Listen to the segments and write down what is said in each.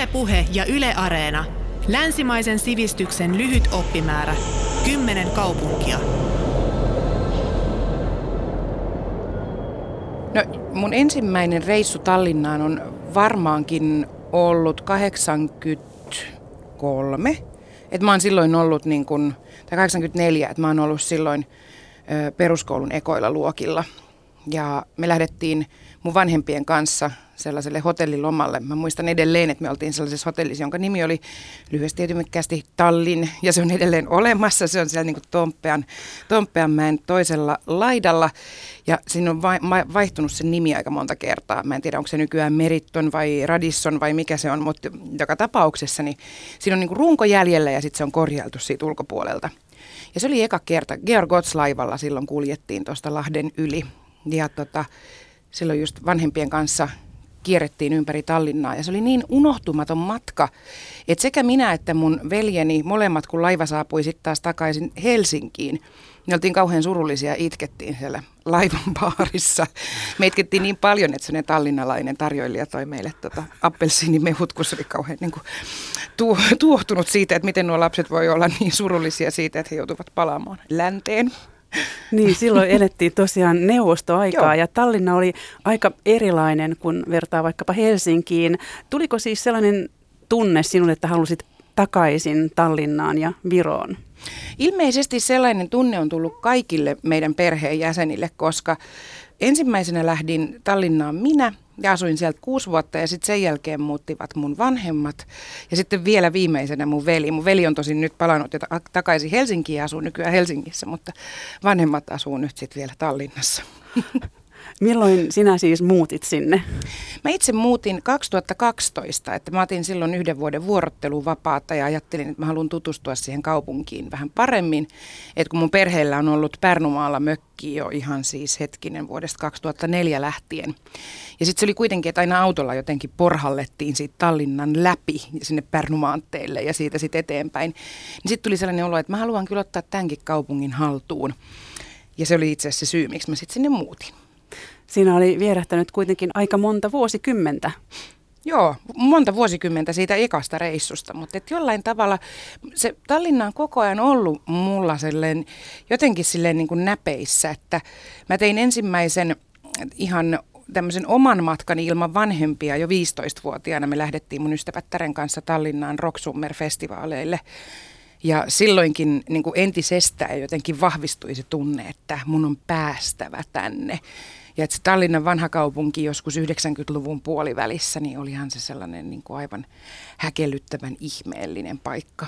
Yle Puhe ja Yle Areena. Länsimaisen sivistyksen lyhyt oppimäärä. 10 kaupunkia. No, mun ensimmäinen reissu Tallinnaan on varmaankin ollut 83. Että mä oon silloin ollut tai 84, että mä oon ollut silloin peruskoulun ekoilla luokilla. Ja me lähdettiin mun vanhempien kanssa sellaiselle hotellilomalle. Mä muistan edelleen, että me oltiin sellaisessa hotellissa, jonka nimi oli lyhyesti ja ytimekkäästi Tallinn. Ja se on edelleen olemassa. Se on siellä Tomppeanmäen toisella laidalla. Ja siinä on vaihtunut se nimi aika monta kertaa. Mä en tiedä, onko se nykyään Meriton vai Radisson vai mikä se on. Mutta joka tapauksessa niin siinä on runko jäljellä ja sitten se on korjailtu siitä ulkopuolelta. Ja se oli eka kerta. Georg Ots-laivalla silloin kuljettiin tuosta Lahden yli. Ja silloin just vanhempien kanssa kierrettiin ympäri Tallinnaa ja se oli niin unohtumaton matka, että sekä minä että mun veljeni molemmat, kun laiva saapui sitten taas takaisin Helsinkiin, niin oltiin kauhean surullisia ja itkettiin siellä laivan baarissa. Me itkettiin niin paljon, että sellainen tallinnalainen tarjoilija toi meille appelsiinimehut, kun se oli kauhean tuohtunut siitä, että miten nuo lapset voi olla niin surullisia siitä, että he joutuvat palaamaan länteen. Niin, silloin elettiin tosiaan neuvostoaikaa ja Tallinna oli aika erilainen, kun vertaa vaikkapa Helsinkiin. Tuliko siis sellainen tunne sinulle, että halusit takaisin Tallinnaan ja Viroon? Ilmeisesti sellainen tunne on tullut kaikille meidän perheen jäsenille, koska ensimmäisenä lähdin Tallinnaan minä ja asuin sieltä 6 vuotta ja sitten sen jälkeen muuttivat mun vanhemmat ja sitten vielä viimeisenä mun veli. Mun veli on tosin nyt palannut jo takaisin Helsinkiin ja asuu nykyään Helsingissä, mutta vanhemmat asuu nyt sitten vielä Tallinnassa. Milloin sinä siis muutit sinne? Mä itse muutin 2012, että mä otin silloin 1 vuoden vuorotteluvapaata ja ajattelin, että mä haluan tutustua siihen kaupunkiin vähän paremmin. Että kun mun perheellä on ollut Pärnumaalla mökki jo ihan siis vuodesta 2004 lähtien. Ja sitten se oli kuitenkin, että aina autolla jotenkin porhallettiin siitä Tallinnan läpi sinne Pärnumaanteille ja siitä sitten eteenpäin. Niin sitten tuli sellainen olo, että mä haluan kyllä ottaa tämänkin kaupungin haltuun. Ja se oli itse asiassa se syy, miksi mä sitten sinne muutin. Siinä oli vierähtänyt kuitenkin aika monta vuosikymmentä. Joo, monta vuosikymmentä siitä ekasta reissusta, mutta jollain tavalla se Tallinna on koko ajan ollut mulla jotenkin niin kuin näpeissä, että mä tein ensimmäisen ihan tämmöisen oman matkani ilman vanhempia jo 15-vuotiaana. Me lähdettiin mun ystävättären kanssa Tallinnaan Rock Summer-festivaaleille. Ja silloinkin niin kuin entisestään jotenkin vahvistui se tunne, että mun on päästävä tänne. Ja että se Tallinnan vanha kaupunki joskus 90-luvun puolivälissä, niin olihan se sellainen niin kuin aivan häkellyttävän ihmeellinen paikka.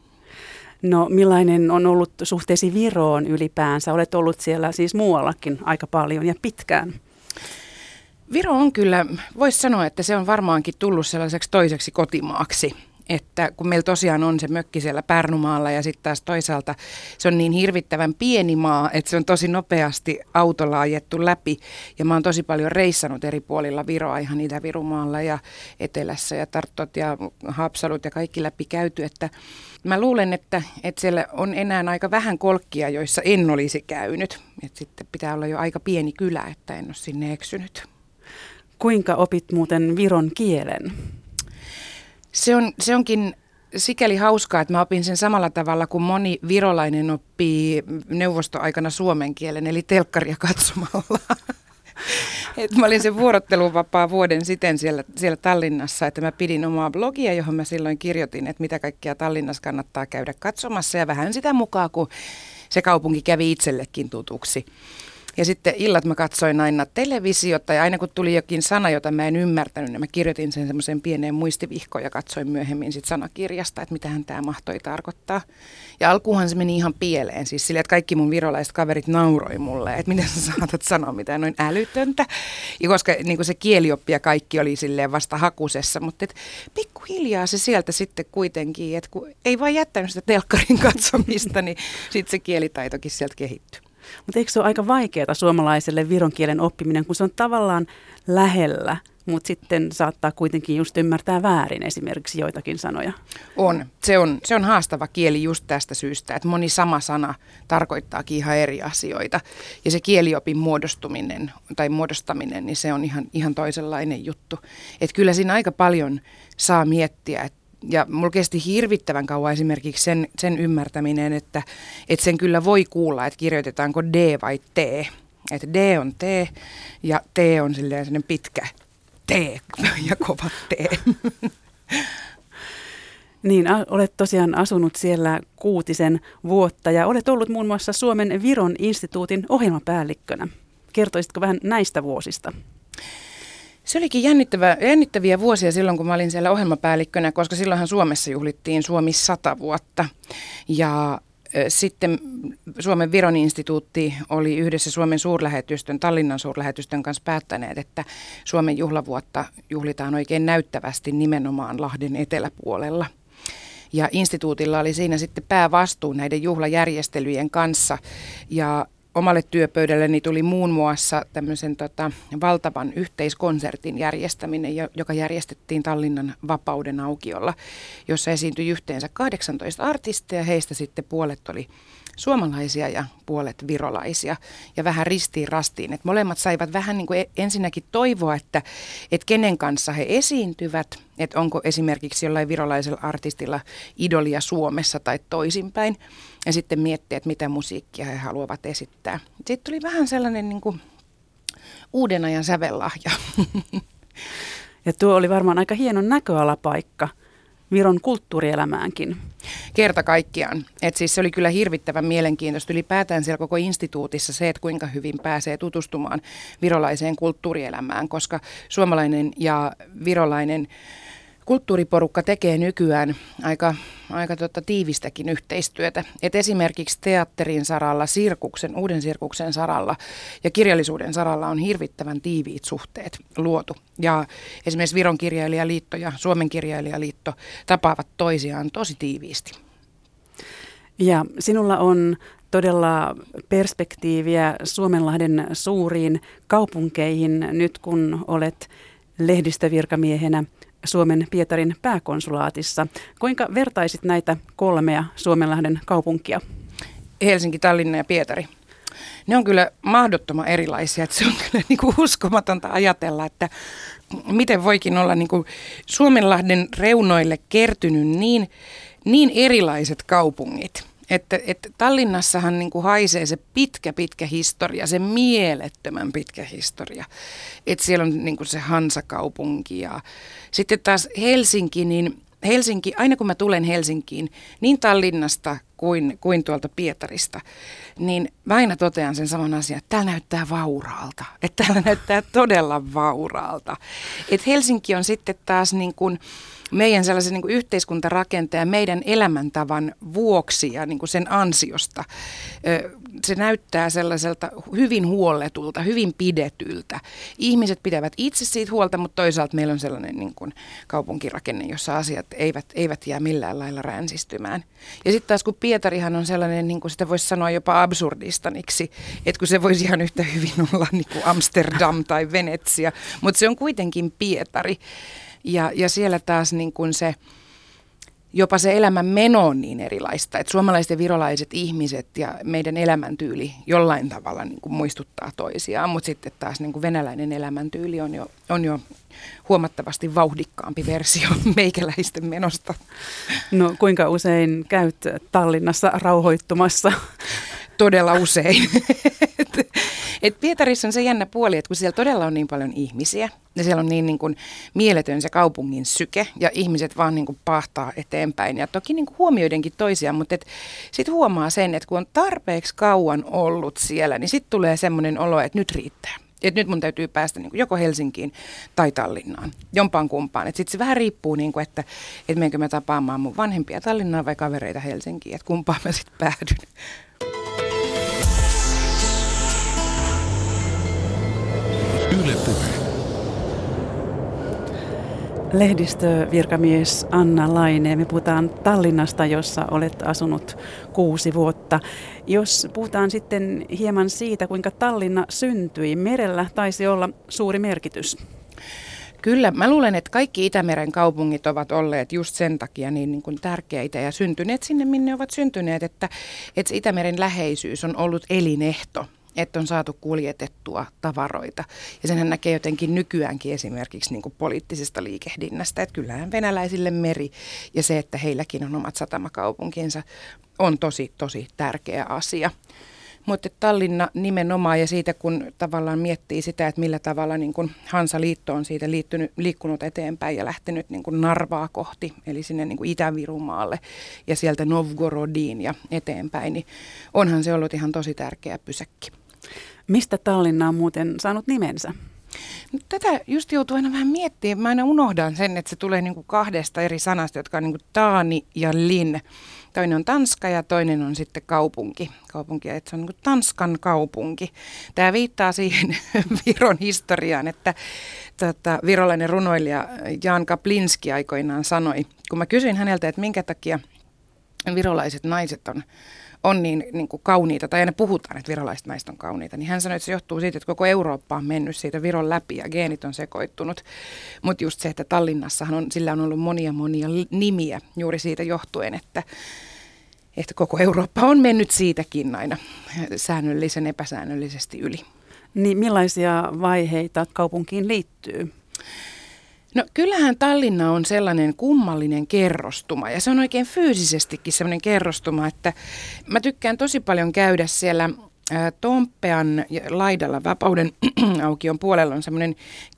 No millainen on ollut suhteesi Viroon ylipäänsä? Olet ollut siellä siis muuallakin aika paljon ja pitkään. Viro on kyllä, voisi sanoa, että se on varmaankin tullut sellaiseksi toiseksi kotimaaksi. Että kun meillä tosiaan on se mökki siellä Pärnumaalla ja sitten taas toisaalta se on niin hirvittävän pieni maa, että se on tosi nopeasti autolla ajettu läpi. Ja mä oon tosi paljon reissannut eri puolilla Viroa, ihan Itä-Virumaalla ja Etelässä ja Tartot ja Haapsalut ja kaikki läpi käyty. Että mä luulen, että siellä on enää aika vähän kolkkia, joissa en olisi käynyt. Että sitten pitää olla jo aika pieni kylä, että en ole sinne eksynyt. Kuinka opit muuten viron kielen? Se onkin sikäli hauskaa, että mä opin sen samalla tavalla kuin moni virolainen oppii neuvostoaikana suomen kielen, eli telkkaria katsomalla. Et mä olin sen vuorotteluvapaa vuoden sitten siellä Tallinnassa, että mä pidin omaa blogia, johon mä silloin kirjoitin, että mitä kaikkea Tallinnassa kannattaa käydä katsomassa ja vähän sitä mukaan, kun se kaupunki kävi itsellekin tutuksi. Ja sitten illat mä katsoin aina televisiota ja aina kun tuli jokin sana, jota mä en ymmärtänyt, niin mä kirjoitin sen semmoiseen pieneen muistivihkoon ja katsoin myöhemmin sit sanakirjasta, että mitähän tämä mahtoi tarkoittaa. Ja alkuunhan se meni ihan pieleen, siis silleen, että kaikki mun virolaiset kaverit nauroi mulle, että miten sä saatat sanoa mitään noin älytöntä. Ja koska niin se kielioppi ja kaikki oli silleen vasta hakusessa, mutta pikkuhiljaa se sieltä sitten kuitenkin, että kun ei vaan jättänyt sitä telkkarin katsomista, niin sitten se kielitaitokin sieltä kehittyi. Mutta eikö se ole aika vaikeaa suomalaiselle viron kielen oppiminen, kun se on tavallaan lähellä, mutta sitten saattaa kuitenkin just ymmärtää väärin esimerkiksi joitakin sanoja? On. Se on haastava kieli just tästä syystä, että moni sama sana tarkoittaakin ihan eri asioita. Ja se kieliopin muodostaminen, niin se on ihan toisenlainen juttu. Että kyllä siinä aika paljon saa miettiä, ja mulla kesti hirvittävän kauan esimerkiksi sen ymmärtäminen, että sen kyllä voi kuulla, että kirjoitetaanko D vai T. Että D on T ja T on silleen sellainen pitkä T ja kova T. Niin, olet tosiaan asunut siellä 6 vuotta ja olet ollut muun muassa Suomen Viron instituutin ohjelmapäällikkönä. Kertoisitko vähän näistä vuosista? Se olikin jännittäviä vuosia silloin, kun mä olin siellä ohjelmapäällikkönä, koska silloinhan Suomessa juhlittiin Suomi 100 vuotta. Ja sitten Suomen Viron instituutti oli yhdessä Suomen suurlähetystön, Tallinnan suurlähetystön kanssa päättäneet, että Suomen juhlavuotta juhlitaan oikein näyttävästi nimenomaan Lahden eteläpuolella. Ja instituutilla oli siinä sitten päävastuu näiden juhlajärjestelyjen kanssa ja omalle työpöydälleni tuli muun muassa tämmöisen valtavan yhteiskonsertin järjestäminen, joka järjestettiin Tallinnan Vapauden aukiolla, jossa esiintyi yhteensä 18 artistia. Heistä sitten puolet oli suomalaisia ja puolet virolaisia ja vähän ristiin rastiin. Et molemmat saivat vähän niin kuin ensinnäkin toivoa, että kenen kanssa he esiintyvät, että onko esimerkiksi jollain virolaisella artistilla idolia Suomessa tai toisinpäin. Ja sitten miettiä, että mitä musiikkia he haluavat esittää. Sitten tuli vähän sellainen niin kuin uuden ajan sävellahja. Ja tuo oli varmaan aika hieno näköalapaikka Viron kulttuurielämäänkin. Kerta kaikkiaan. Et siis se oli kyllä hirvittävän mielenkiintoista. Ylipäätään siellä koko instituutissa se, että kuinka hyvin pääsee tutustumaan virolaiseen kulttuurielämään, koska suomalainen ja virolainen kulttuuriporukka tekee nykyään aika tiivistäkin yhteistyötä. Et esimerkiksi teatterin saralla, uuden sirkuksen saralla ja kirjallisuuden saralla on hirvittävän tiiviit suhteet luotu. Ja esimerkiksi Viron kirjailijaliitto ja Suomen kirjailijaliitto tapaavat toisiaan tosi tiiviisti. Ja sinulla on todella perspektiiviä Suomenlahden suuriin kaupunkeihin nyt, kun olet lehdistövirkamiehenä Suomen Pietarin pääkonsulaatissa. Kuinka vertaisit näitä 3 Suomenlahden kaupunkia? Helsinki, Tallinna ja Pietari. Ne on kyllä mahdottoman erilaisia. Että se on kyllä niin kuin uskomatonta ajatella, että miten voikin olla niin kuin Suomenlahden reunoille kertynyt niin erilaiset kaupungit. Että Tallinnassahan niin kuin haisee se pitkä historia, se mielettömän pitkä historia. Että siellä on niin kuin se Hansakaupunki ja sitten taas Helsinki, aina kun mä tulen Helsinkiin, niin Tallinnasta kuin tuolta Pietarista, niin mä aina totean sen saman asian, että täällä näyttää vauraalta. Että täällä näyttää todella vauraalta. Että Helsinki on sitten taas niin kuin meidän sellaisen niin kuin yhteiskuntarakenteen ja meidän elämäntavan vuoksi ja niin kuin sen ansiosta. Se näyttää sellaiselta hyvin huolletulta, hyvin pidetyltä. Ihmiset pitävät itse siitä huolta, mutta toisaalta meillä on sellainen niin kuin kaupunkirakenne, jossa asiat eivät jää millään lailla ränsistymään. Ja sitten taas kun Pietarihan on sellainen, niin kuin sitä voisi sanoa jopa absurdistaniksi, että kun se voisi ihan yhtä hyvin olla niin kuin Amsterdam tai Venetsia, mutta se on kuitenkin Pietari. Ja siellä taas niin kuin jopa se elämän meno on niin erilaista, että suomalaiset ja virolaiset ihmiset ja meidän elämäntyyli jollain tavalla niin kuin muistuttaa toisiaan, mutta sitten taas niin kuin venäläinen elämäntyyli on jo huomattavasti vauhdikkaampi versio meikäläisten menosta. No kuinka usein käyt Tallinnassa rauhoittumassa? Todella usein. Et Pietarissa on se jännä puoli, että kun siellä todella on niin paljon ihmisiä ja siellä on niin kuin mieletön se kaupungin syke ja ihmiset vaan niin kuin pahtaa eteenpäin ja toki niin kuin huomioidenkin toisiaan, mutta sitten huomaa sen, että kun on tarpeeksi kauan ollut siellä, niin sitten tulee semmoinen olo, että nyt riittää. Että nyt mun täytyy päästä niin kuin joko Helsinkiin tai Tallinnaan, jompaan kumpaan. Että sitten se vähän riippuu, niin kuin, että menenkö mä tapaamaan mun vanhempia Tallinnaan vai kavereita Helsinkiin, että kumpaan mä sitten päädyn. Yle Puhe. Lehdistövirkamies Anna Laine, me puhutaan Tallinnasta, jossa olet asunut 6 vuotta. Jos puhutaan sitten hieman siitä, kuinka Tallinna syntyi, merellä taisi olla suuri merkitys. Kyllä, mä luulen, että kaikki Itämeren kaupungit ovat olleet just sen takia niin kuin tärkeitä ja syntyneet sinne, minne ovat syntyneet, että Itämeren läheisyys on ollut elinehto, että on saatu kuljetettua tavaroita. Ja senhän näkee jotenkin nykyäänkin esimerkiksi niin kuin poliittisesta liikehdinnästä, että kyllähän venäläisille meri ja se, että heilläkin on omat satamakaupunkinsa, on tosi, tosi tärkeä asia. Mutta Tallinna nimenomaan, ja siitä kun tavallaan miettii sitä, että millä tavalla niin kun Hansaliitto on siitä liikkunut eteenpäin ja lähtenyt niin kun Narvaa kohti, eli sinne niin kun Itä-Virumaalle ja sieltä Novgorodiin ja eteenpäin, niin onhan se ollut ihan tosi tärkeä pysäkki. Mistä Tallinna on muuten saanut nimensä? Tätä just joutuu aina vähän miettimään. Mä aina unohdan sen, että se tulee niin kuin 2 eri sanasta, jotka on niin kuin Taani ja Lin. Toinen on Tanska ja toinen on sitten kaupunki, että se on niin kuin Tanskan kaupunki. Tämä viittaa siihen Viron historiaan, että virolainen runoilija Jan Kaplinski aikoinaan sanoi, kun mä kysyin häneltä, että minkä takia virolaiset naiset on niin kuin kauniita, tai aina puhutaan, että virolaiset naiset on kauniita, niin hän sanoi, että se johtuu siitä, että koko Eurooppa on mennyt siitä Viron läpi ja geenit on sekoittunut. Mutta just se, että Tallinnassahan sillä on ollut monia nimiä juuri siitä johtuen, että koko Eurooppa on mennyt siitäkin aina säännöllisen epäsäännöllisesti yli. Niin millaisia vaiheita kaupunkiin liittyy? No kyllähän Tallinna on sellainen kummallinen kerrostuma ja se on oikein fyysisestikin sellainen kerrostuma, että mä tykkään tosi paljon käydä siellä Tompean laidalla Vapauden aukion puolella on semmoinen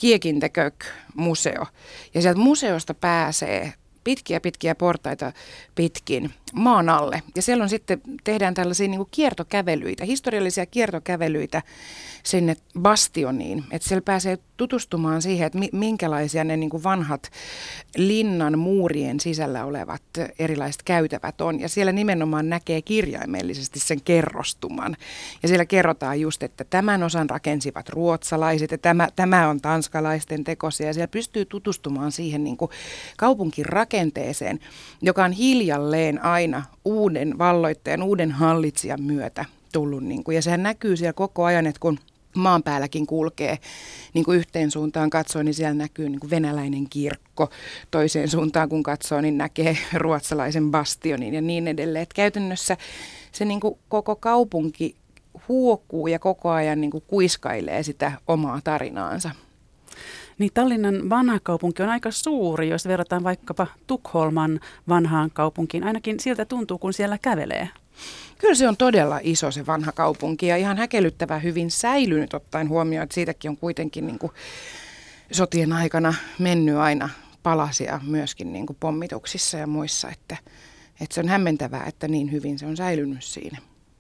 Kiekintekök-museo ja sieltä museosta pääsee pitkiä portaita pitkin maan alle. Ja siellä on sitten, tehdään tällaisia niin kuin kiertokävelyitä, historiallisia kiertokävelyitä sinne bastioniin. Että siellä pääsee tutustumaan siihen, että minkälaisia ne niin kuin vanhat linnan muurien sisällä olevat erilaiset käytävät on. Ja siellä nimenomaan näkee kirjaimellisesti sen kerrostuman. Ja siellä kerrotaan just, että tämän osan rakensivat ruotsalaiset ja tämä on tanskalaisten tekosia. Ja siellä pystyy tutustumaan siihen niin kuin kaupunkirakenteeseen, joka on hiljalleen aina uuden valloittajan, uuden hallitsijan myötä tullut. Ja sehän näkyy siellä koko ajan, että kun maan päälläkin kulkee niin kuin yhteen suuntaan katsoo, niin siellä näkyy niin kuin venäläinen kirkko. Toiseen suuntaan kun katsoo, niin näkee ruotsalaisen bastionin ja niin edelleen. Et käytännössä se niin kuin koko kaupunki huokuu ja koko ajan niin kuin kuiskailee sitä omaa tarinaansa. Niin Tallinnan vanha kaupunki on aika suuri, jos verrataan vaikkapa Tukholman vanhaan kaupunkiin. Ainakin siltä tuntuu, kun siellä kävelee. Kyllä se on todella iso se vanha kaupunki ja ihan häkellyttävän hyvin säilynyt ottaen huomioon, että siitäkin on kuitenkin niin kuin sotien aikana mennyt aina palasia myöskin niin kuin pommituksissa ja muissa, että se on hämmentävää, että niin hyvin se on säilynyt siinä.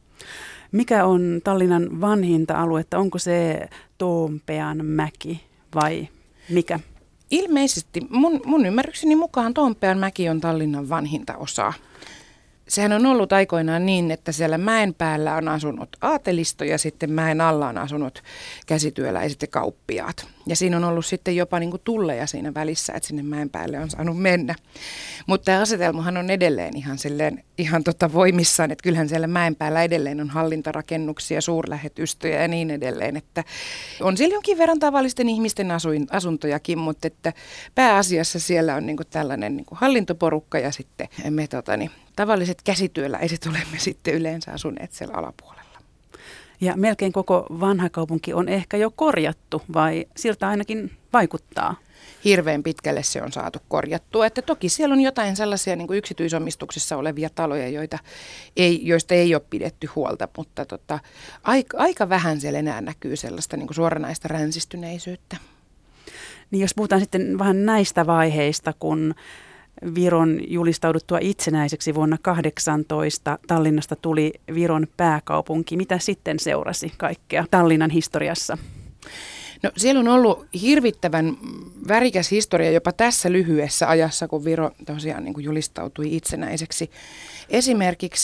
Mikä on Tallinnan vanhinta aluetta? Onko se Tompean mäki vai mikä? Ilmeisesti mun ymmärrykseni mukaan Tompean mäki on Tallinnan vanhinta osaa. Sehän on ollut aikoinaan niin, että siellä mäen päällä on asunut aatelisto ja sitten mäen alla on asunut käsityöläiset ja kauppiaat. Ja siinä on ollut sitten jopa niin kuin tulleja siinä välissä, että sinne mäen päälle on saanut mennä. Mutta tämä asetelmahan on edelleen ihan voimissaan, että kyllähän siellä mäen päällä edelleen on hallintarakennuksia, suurlähetystöjä ja niin edelleen. Että on siellä jonkin verran tavallisten ihmisten asuntojakin, mutta että pääasiassa siellä on niin kuin tällainen niin kuin hallintoporukka ja sitten me tavalliset käsityöläiset olemme sitten yleensä asuneet siellä alapuolella. Ja melkein koko vanha kaupunki on ehkä jo korjattu, vai siltä ainakin vaikuttaa? Hirveän pitkälle se on saatu korjattua. Että toki siellä on jotain sellaisia niin kuin yksityisomistuksessa olevia taloja, joista ei ole pidetty huolta, mutta aika vähän siellä enää näkyy sellaista niin kuin suoranaista ränsistyneisyyttä. Niin jos puhutaan sitten vähän näistä vaiheista, kun Viron julistauduttua itsenäiseksi vuonna 18 Tallinnasta tuli Viron pääkaupunki. Mitä sitten seurasi kaikkea Tallinnan historiassa? No siellä on ollut hirvittävän värikäs historia jopa tässä lyhyessä ajassa, kun Viro tosiaan niin kuin julistautui itsenäiseksi. Esimerkiksi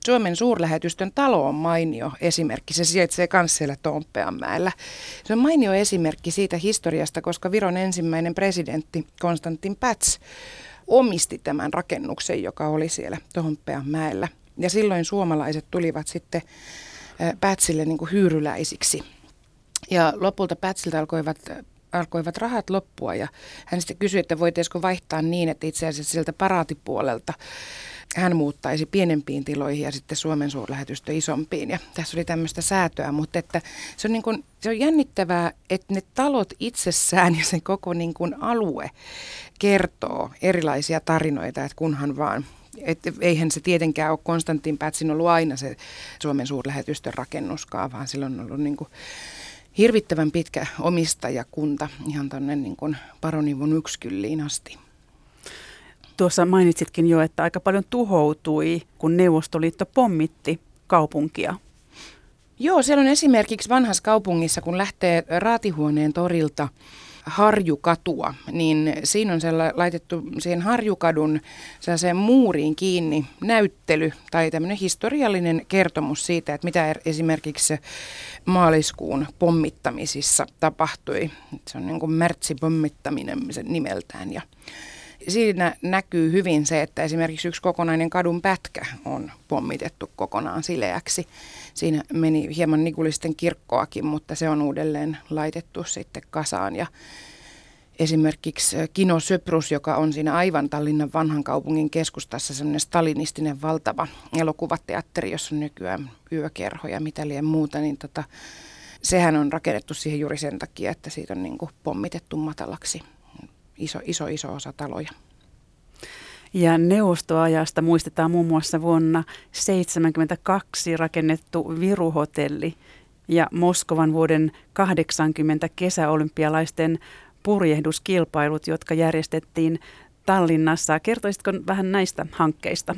Suomen suurlähetystön talo on mainio esimerkki. Se sijaitsee myös siellä Toompeanmäellä. Se on mainio esimerkki siitä historiasta, koska Viron ensimmäinen presidentti Konstantin Päts omisti tämän rakennuksen, joka oli siellä Toompeanmäellä. Ja silloin suomalaiset tulivat sitten Pätsille niin kuin hyyryläisiksi. Ja lopulta Pätsiltä alkoivat rahat loppua ja hän sitten kysyi, että voitaisiinko vaihtaa niin, että itse asiassa sieltä paraatipuolelta hän muuttaisi pienempiin tiloihin ja sitten Suomen suurlähetystö isompiin. Ja tässä oli tämmöistä säätöä, mutta että se on jännittävää, että ne talot itsessään ja se koko niin kuin alue kertoo erilaisia tarinoita, että kunhan vaan. Että eihän se tietenkään ole Konstantin Pätsin ollut aina se Suomen suurlähetystön rakennuskaan, vaan sillä on ollut niin kuin hirvittävän pitkä omistajakunta ihan tuonne niin kuin paroni von Uexkülliin asti. Tuossa mainitsitkin jo, että aika paljon tuhoutui, kun Neuvostoliitto pommitti kaupunkia. Joo, siellä on esimerkiksi vanhassa kaupungissa, kun lähtee Raatihuoneen torilta Harjukatua, niin siinä on laitettu siihen Harjukadun sellaiseen muuriin kiinni näyttely tai tämmöinen historiallinen kertomus siitä, että mitä esimerkiksi maaliskuun pommittamisissa tapahtui. Se on niin kuin märtsipommittaminen nimeltään ja siinä näkyy hyvin se, että esimerkiksi yksi kokonainen kadun pätkä on pommitettu kokonaan sileäksi. Siinä meni hieman Nikulisten kirkkoakin, mutta se on uudelleen laitettu sitten kasaan. Ja esimerkiksi Kino Söprus, joka on siinä aivan Tallinnan vanhan kaupungin keskustassa, semmoinen stalinistinen valtava elokuvateatteri, jossa on nykyään yökerho ja mitä liian muuta, niin sehän on rakennettu siihen juuri sen takia, että siitä on niin kuin pommitettu matalaksi. Iso osa taloja. Ja neuvostoajasta muistetaan muun muassa vuonna 1972 rakennettu Viru-hotelli ja Moskovan vuoden 80 kesäolympialaisten purjehduskilpailut, jotka järjestettiin Tallinnassa. Kertoisitko vähän näistä hankkeista?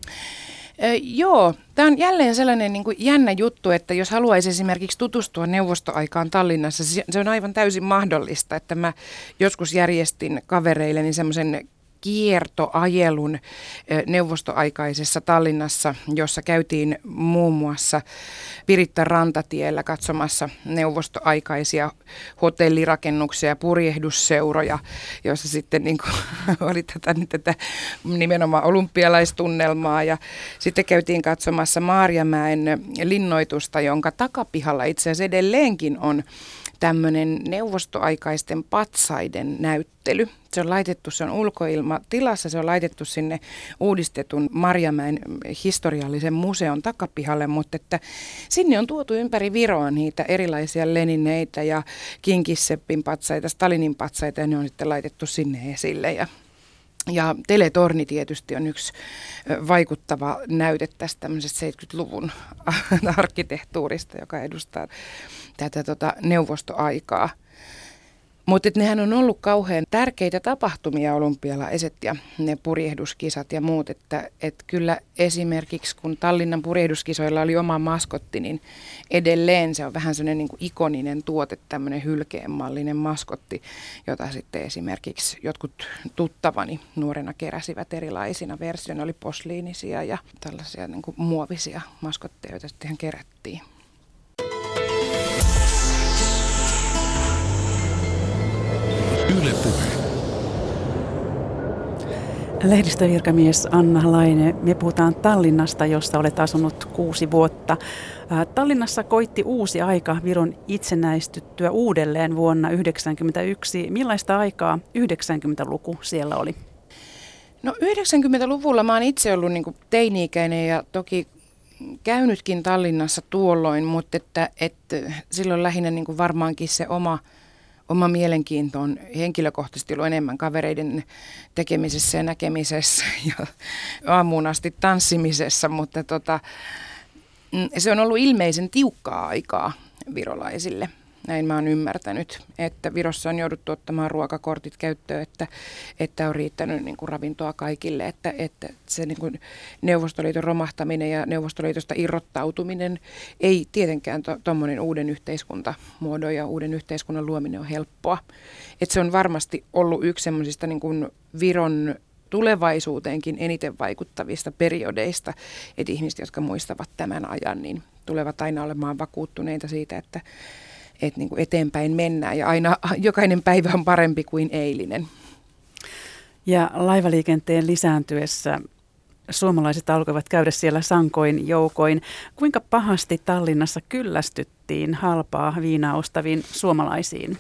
Joo, tämä on jälleen sellainen niin kuin jännä juttu, että jos haluaisi esimerkiksi tutustua neuvostoaikaan Tallinnassa, se on aivan täysin mahdollista, että mä joskus järjestin kavereilleni semmoisen kiertoajelun neuvostoaikaisessa Tallinnassa, jossa käytiin muun muassa Pirittan rantatiellä katsomassa neuvostoaikaisia hotellirakennuksia ja purjehdusseuroja, joissa sitten niin kuin oli tätä nimenomaan olympialaistunnelmaa ja sitten käytiin katsomassa Maarjamäen linnoitusta, jonka takapihalla itse asiassa edelleenkin on tämmöinen neuvostoaikaisten patsaiden näyttely. Se on ulkoilmatilassa, se on laitettu sinne uudistetun Marjamäen historiallisen museon takapihalle, mutta että sinne on tuotu ympäri Viroa niitä erilaisia Lenineitä ja Kingisseppin patsaita, Stalinin patsaita ja ne on sitten laitettu sinne esille ja Teletorni tietysti on yksi vaikuttava näyte tästä tämmöisestä 70-luvun arkkitehtuurista, joka edustaa tätä neuvostoaikaa. Mutta nehän on ollut kauhean tärkeitä tapahtumia olympialaiset ja ne purjehduskisat ja muut, että kyllä esimerkiksi kun Tallinnan purjehduskisoilla oli oma maskotti, niin edelleen se on vähän sellainen niin kuin ikoninen tuote, tämmöinen hylkeenmallinen maskotti, jota sitten esimerkiksi jotkut tuttavani nuorena keräsivät erilaisina versioina, oli posliinisia ja tällaisia niin kuin muovisia maskotteja, joita sitten ihan kerättiin. Yle Puhe. Lehdistövirkamies Anna Laine, me puhutaan Tallinnasta, jossa olet asunut 6 vuotta. Tallinnassa koitti uusi aika Viron itsenäistyttyä uudelleen vuonna 1991. Millaista aikaa 90-luku siellä oli? No 90-luvulla mä oon itse ollut niin kuin teini-ikäinen ja toki käynytkin Tallinnassa tuolloin, mutta että silloin lähinnä niin kuin varmaankin se oma mielenkiinto on henkilökohtaisesti ollut enemmän kavereiden tekemisessä ja näkemisessä ja aamuun asti tanssimisessa, mutta se on ollut ilmeisen tiukkaa aikaa virolaisille. Näin mä oon ymmärtänyt, että Virossa on jouduttu ottamaan ruokakortit käyttöön, että on riittänyt niin kuin ravintoa kaikille, että se niin kuin Neuvostoliiton romahtaminen ja Neuvostoliitosta irrottautuminen ei tietenkään tuommoinen uuden yhteiskuntamuodon ja uuden yhteiskunnan luominen on helppoa. Että se on varmasti ollut yksi semmoisista niin kuin Viron tulevaisuuteenkin eniten vaikuttavista periodeista, että ihmiset, jotka muistavat tämän ajan, niin tulevat aina olemaan vakuuttuneita siitä, että niin kuin eteenpäin mennään ja aina jokainen päivä on parempi kuin eilinen. Ja laivaliikenteen lisääntyessä suomalaiset alkoivat käydä siellä sankoin joukoin. Kuinka pahasti Tallinnassa kyllästyttiin halpaa viinaa ostaviin suomalaisiin?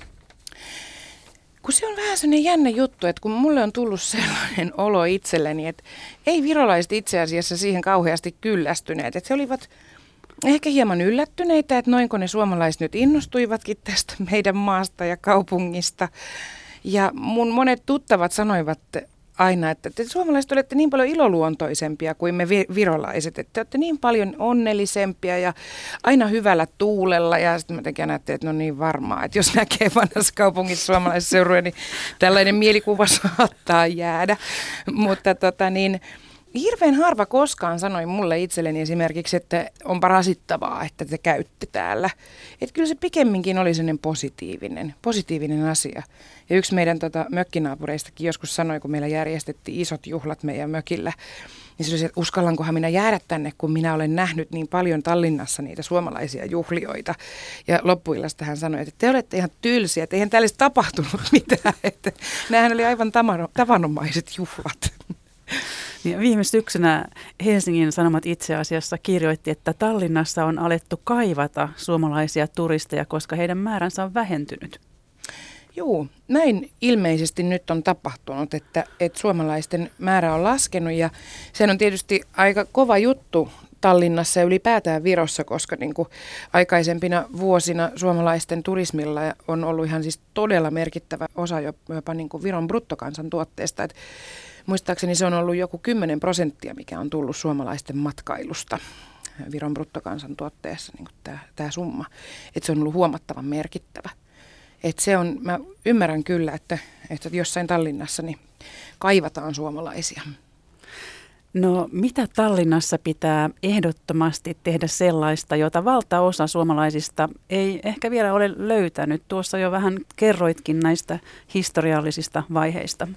Kun se on vähän sellainen jännä juttu, että kun mulle on tullut sellainen olo itselleni, että ei virolaiset itse asiassa siihen kauheasti kyllästyneet. Että he olivat ehkä hieman yllättyneitä, että noinko ne suomalaiset nyt innostuivatkin tästä meidän maasta ja kaupungista. Ja mun monet tuttavat sanoivat aina, että te suomalaiset olette niin paljon iloluontoisempia kuin me virolaiset, että te olette niin paljon onnellisempia ja aina hyvällä tuulella. Ja sitten mä jotenkin ajattelin, että no niin varmaa, että jos näkee vanhassa kaupungissa suomalaisessa seuruja, niin tällainen mielikuva saattaa jäädä. Mutta hirveän harva koskaan sanoi mulle itselleni esimerkiksi, että onpa rasittavaa, että te käytte täällä. Että kyllä se pikemminkin oli sellainen positiivinen asia. Ja yksi meidän mökkinaapureistakin joskus sanoi, kun meillä järjestettiin isot juhlat meidän mökillä, niin se oli se, että uskallankohan minä jäädä tänne, kun minä olen nähnyt niin paljon Tallinnassa niitä suomalaisia juhlioita. Ja loppuillasta hän sanoi, että te olette ihan tylsiä, että eihän täällä olisi tapahtunut mitään. Että nämähän oli aivan tavanomaiset juhlat. Ja viime syksynä Helsingin Sanomat itse asiassa kirjoitti, että Tallinnassa on alettu kaivata suomalaisia turisteja, koska heidän määränsä on vähentynyt. Joo, näin ilmeisesti nyt on tapahtunut, että suomalaisten määrä on laskenut ja se on tietysti aika kova juttu Tallinnassa ja ylipäätään Virossa, koska niin kuin aikaisempina vuosina suomalaisten turismilla on ollut ihan siis todella merkittävä osa jopa niin kuin Viron bruttokansantuotteesta. Et muistaakseni se on ollut joku 10%, mikä on tullut suomalaisten matkailusta Viron bruttokansantuotteessa, niin kuin tämä summa. Että se on ollut huomattavan merkittävä. Että se on, mä ymmärrän kyllä, että jossain Tallinnassa niin kaivataan suomalaisia. No mitä Tallinnassa pitää ehdottomasti tehdä sellaista, jota valtaosa suomalaisista ei ehkä vielä ole löytänyt? Tuossa jo vähän kerroitkin näistä historiallisista vaiheista.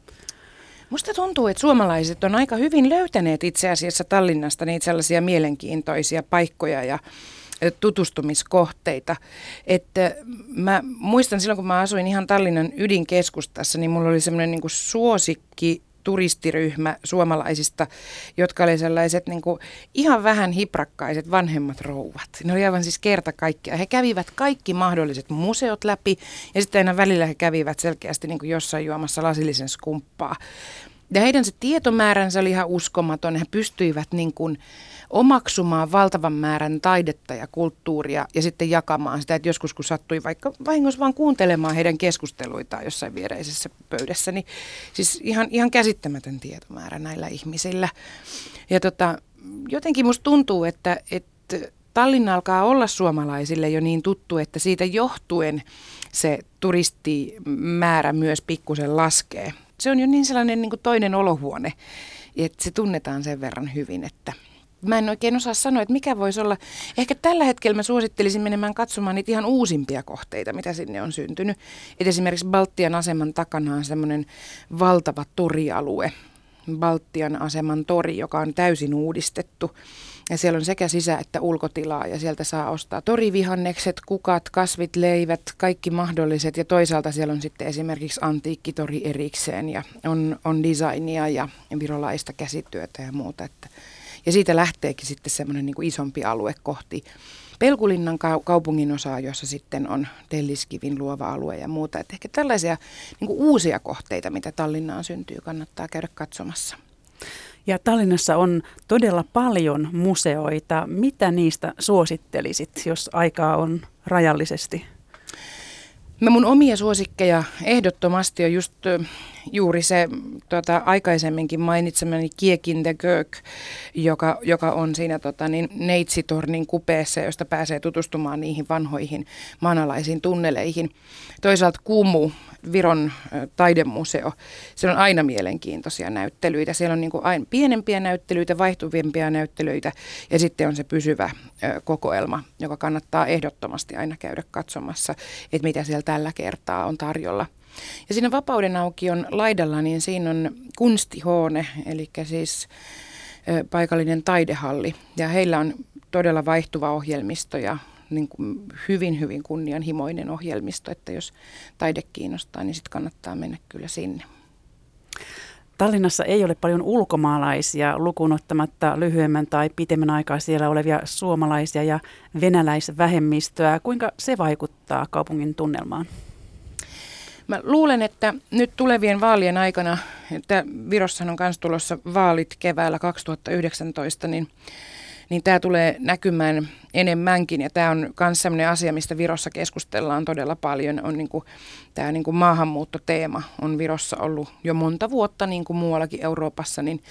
Musta tuntuu, että suomalaiset on aika hyvin löytäneet itse asiassa Tallinnasta niitä sellaisia mielenkiintoisia paikkoja ja tutustumiskohteita. Että mä muistan silloin, kun mä asuin ihan Tallinnan ydinkeskustassa, niin mulla oli semmoinen niin kuin suosikki turistiryhmä suomalaisista, jotka oli sellaiset niin kuin ihan vähän hiprakkaiset vanhemmat rouvat. Ne oli aivan siis kerta kaikkiaan. He kävivät kaikki mahdolliset museot läpi ja sitten aina välillä he kävivät selkeästi niin kuin jossain juomassa lasillisen skumppaa. Ja heidän se tietomääränsä oli ihan uskomaton. He pystyivät niin kuin omaksumaan valtavan määrän taidetta ja kulttuuria ja sitten jakamaan sitä, että joskus kun sattui vaikka vahingossa vaan kuuntelemaan heidän keskusteluitaan jossain viereisessä pöydässä, niin siis ihan käsittämätön tietomäärä näillä ihmisillä. Ja jotenkin musta tuntuu, että Tallinna alkaa olla suomalaisille jo niin tuttu, että siitä johtuen se turistimäärä myös pikkusen laskee. Se on jo niin sellainen niin kuin toinen olohuone, että se tunnetaan sen verran hyvin, että mä en oikein osaa sanoa, että mikä voisi olla. Ehkä tällä hetkellä mä suosittelisin menemään katsomaan niitä ihan uusimpia kohteita, mitä sinne on syntynyt. Et esimerkiksi Baltian aseman takana on semmoinen valtava torialue, Baltian aseman tori, joka on täysin uudistettu. Ja siellä on sekä sisä- että ulkotilaa ja sieltä saa ostaa torivihannekset, kukat, kasvit, leivät, kaikki mahdolliset. Ja toisaalta siellä on sitten esimerkiksi antiikkitori erikseen ja on designia ja virolaista käsityötä ja muuta. Ja siitä lähteekin sitten semmoinen niin kuin isompi alue kohti Pelkulinnan kaupungin osaa, jossa sitten on Telliskivin luova alue ja muuta. Että ehkä tällaisia niin kuin uusia kohteita, mitä Tallinnaan syntyy, kannattaa käydä katsomassa. Ja Tallinnassa on todella paljon museoita. Mitä niistä suosittelisit, jos aikaa on rajallisesti? Mun omia suosikkeja ehdottomasti on just juuri se aikaisemminkin mainitsemani Kiekin the Kirk, joka on siinä Neitsitornin kupeessa, josta pääsee tutustumaan niihin vanhoihin maanalaisiin tunneleihin. Toisaalta Kumu, Viron taidemuseo, siellä on aina mielenkiintoisia näyttelyitä. Siellä on niin kuin aina pienempiä näyttelyitä, vaihtuvimpia näyttelyitä ja sitten on se pysyvä kokoelma, joka kannattaa ehdottomasti aina käydä katsomassa, että mitä siellä tällä kertaa on tarjolla. Ja siinä Vapaudenaukion laidalla, niin siinä on Kunstihoone, eli siis paikallinen taidehalli. Ja heillä on todella vaihtuva ohjelmisto ja niin kuin hyvin, hyvin kunnianhimoinen ohjelmisto, että jos taide kiinnostaa, niin sitten kannattaa mennä kyllä sinne. Tallinnassa ei ole paljon ulkomaalaisia lukuun ottamatta lyhyemmän tai pitemmän aikaa siellä olevia suomalaisia ja venäläisvähemmistöä. Kuinka se vaikuttaa kaupungin tunnelmaan? Mä luulen, että nyt tulevien vaalien aikana, että Virossahan on myös tulossa vaalit keväällä 2019, niin tämä tulee näkymään enemmänkin. Ja tämä on myös sellainen asia, mistä Virossa keskustellaan todella paljon. On tämä maahanmuuttoteema on Virossa ollut jo monta vuotta, niin kuin muuallakin Euroopassa, niin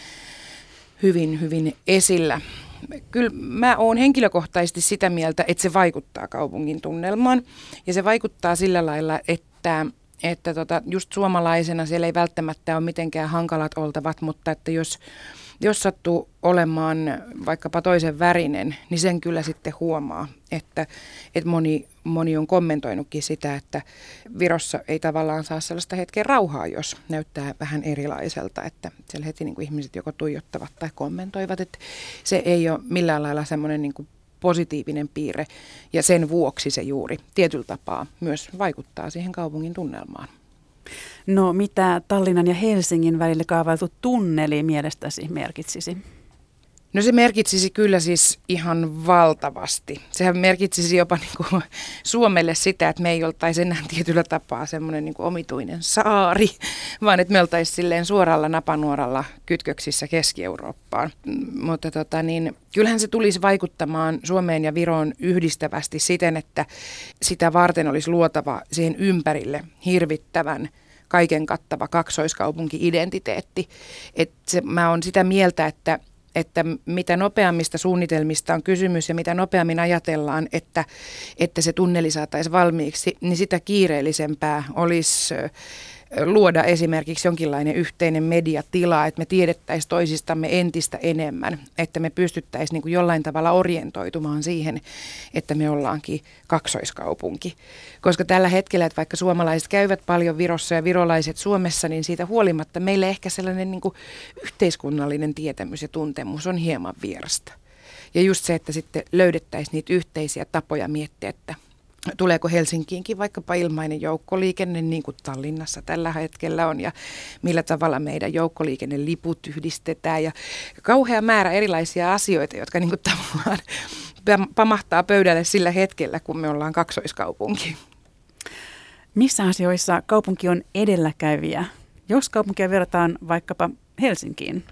hyvin, hyvin esillä. Kyllä mä oon henkilökohtaisesti sitä mieltä, että se vaikuttaa kaupungin tunnelmaan. Ja se vaikuttaa sillä lailla, että just suomalaisena siellä ei välttämättä ole mitenkään hankalat oltavat, mutta että jos sattuu olemaan vaikkapa toisen värinen, niin sen kyllä sitten huomaa, että moni on kommentoinutkin sitä, että Virossa ei tavallaan saa sellaista hetken rauhaa, jos näyttää vähän erilaiselta, että siellä heti niin kuin ihmiset joko tuijottavat tai kommentoivat, että se ei ole millään lailla semmoinen niin kuin positiivinen piirre ja sen vuoksi se juuri tietyllä tapaa myös vaikuttaa siihen kaupungin tunnelmaan. No mitä Tallinnan ja Helsingin välille kaavailtu tunneli mielestäsi merkitsisi? No se merkitsisi kyllä siis ihan valtavasti. Sehän merkitsisi jopa niin kuin Suomelle sitä, että me ei oltaisi enää tietyllä tapaa semmoinen niin kuin omituinen saari, vaan että me oltaisiin silleen suoralla napanuoralla kytköksissä Keski-Eurooppaan. Mutta kyllähän se tulisi vaikuttamaan Suomeen ja Viroon yhdistävästi siten, että sitä varten olisi luotava siihen ympärille hirvittävän kaiken kattava kaksoiskaupunki-identiteetti. Mä oon sitä mieltä, että mitä nopeammista suunnitelmista on kysymys ja mitä nopeammin ajatellaan, että se tunneli saataisiin valmiiksi, niin sitä kiireellisempää olisi luoda esimerkiksi jonkinlainen yhteinen mediatila, että me tiedettäisiin toisistamme entistä enemmän, että me pystyttäisiin niin kuin jollain tavalla orientoitumaan siihen, että me ollaankin kaksoiskaupunki. Koska tällä hetkellä, että vaikka suomalaiset käyvät paljon Virossa ja virolaiset Suomessa, niin siitä huolimatta meille ehkä sellainen niin kuin yhteiskunnallinen tietämys ja tuntemus on hieman vierasta. Ja just se, että sitten löydettäisiin niitä yhteisiä tapoja miettiä, että tuleeko Helsinkiinkin vaikkapa ilmainen joukkoliikenne, niin kuin Tallinnassa tällä hetkellä on, ja millä tavalla meidän joukkoliikenneliput yhdistetään, ja kauhea määrä erilaisia asioita, jotka niin kuin tavallaan pamahtaa pöydälle sillä hetkellä, kun me ollaan kaksoiskaupunki. Missä asioissa kaupunki on edelläkävijä, jos kaupunkia verrataan vaikkapa Helsinkiin?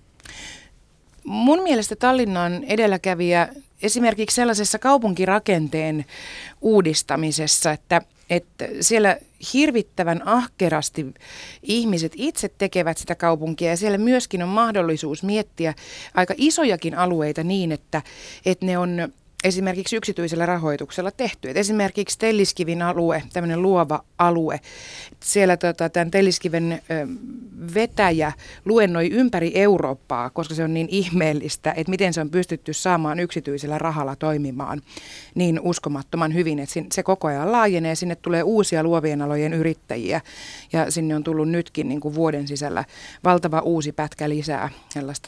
Mun mielestä Tallinna on edelläkävijä esimerkiksi sellaisessa kaupunkirakenteen uudistamisessa, että siellä hirvittävän ahkerasti ihmiset itse tekevät sitä kaupunkia ja siellä myöskin on mahdollisuus miettiä aika isojakin alueita niin, että ne on esimerkiksi yksityisellä rahoituksella tehty. Et esimerkiksi Telliskiven alue, tämmöinen luova alue, siellä tämän Telliskiven vetäjä luennoi ympäri Eurooppaa, koska se on niin ihmeellistä, että miten se on pystytty saamaan yksityisellä rahalla toimimaan niin uskomattoman hyvin, että se koko ajan laajenee, sinne tulee uusia luovien alojen yrittäjiä ja sinne on tullut nytkin niin kuin vuoden sisällä valtava uusi pätkä lisää sellaista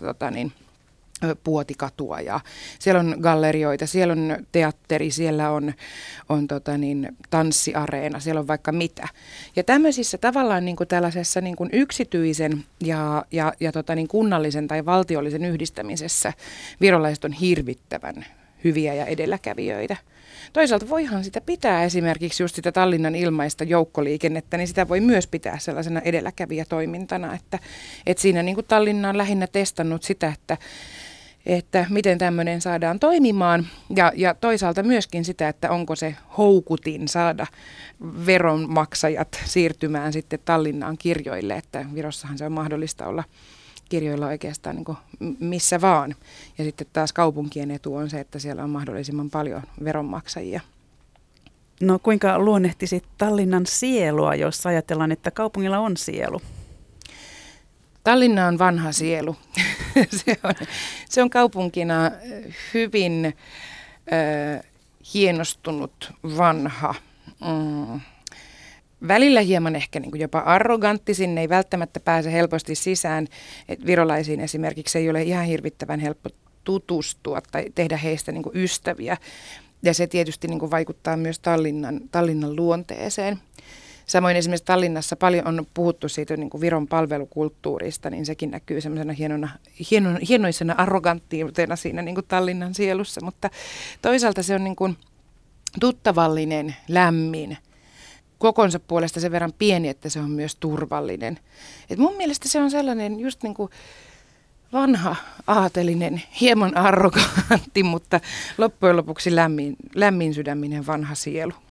puotikatua ja siellä on gallerioita, siellä on teatteri, siellä on tanssiareena, siellä on vaikka mitä. Ja tämmöisissä tavallaan niin kuin tällaisessa niin kuin yksityisen ja kunnallisen tai valtiollisen yhdistämisessä virolaiset on hirvittävän hyviä ja edelläkävijöitä. Toisaalta voihan sitä pitää esimerkiksi just sitä Tallinnan ilmaista joukkoliikennettä, niin sitä voi myös pitää sellaisena edelläkävijätoimintana, että siinä niin kuin Tallinna on lähinnä testannut sitä, että miten tämmöinen saadaan toimimaan ja toisaalta myöskin sitä, että onko se houkutin saada veronmaksajat siirtymään sitten Tallinnaan kirjoille, että Virossahan se on mahdollista olla kirjoilla oikeastaan niin kuin missä vaan. Ja sitten taas kaupunkien etu on se, että siellä on mahdollisimman paljon veronmaksajia. No kuinka luonnehtisit Tallinnan sielua, jos ajatellaan, että kaupungilla on sielu? Tallinna on vanha sielu. Se on kaupunkina hyvin hienostunut vanha. välillä hieman ehkä niin kuin jopa arrogantti, sinne ei välttämättä pääse helposti sisään. Et virolaisiin esimerkiksi ei ole ihan hirvittävän helppo tutustua tai tehdä heistä niin kuin ystäviä. Ja se tietysti niin kuin vaikuttaa myös Tallinnan luonteeseen. Samoin esimerkiksi Tallinnassa paljon on puhuttu siitä niin kuin Viron palvelukulttuurista, niin sekin näkyy semmoisena hienoisena arroganttiutena siinä niin kuin Tallinnan sielussa. Mutta toisaalta se on niin kuin tuttavallinen, lämmin, kokonsa puolesta sen verran pieni, että se on myös turvallinen. Et mun mielestä se on sellainen just niin kuin vanha, aatelinen, hieman arrogantti, mutta loppujen lopuksi lämmin sydäminen vanha sielu.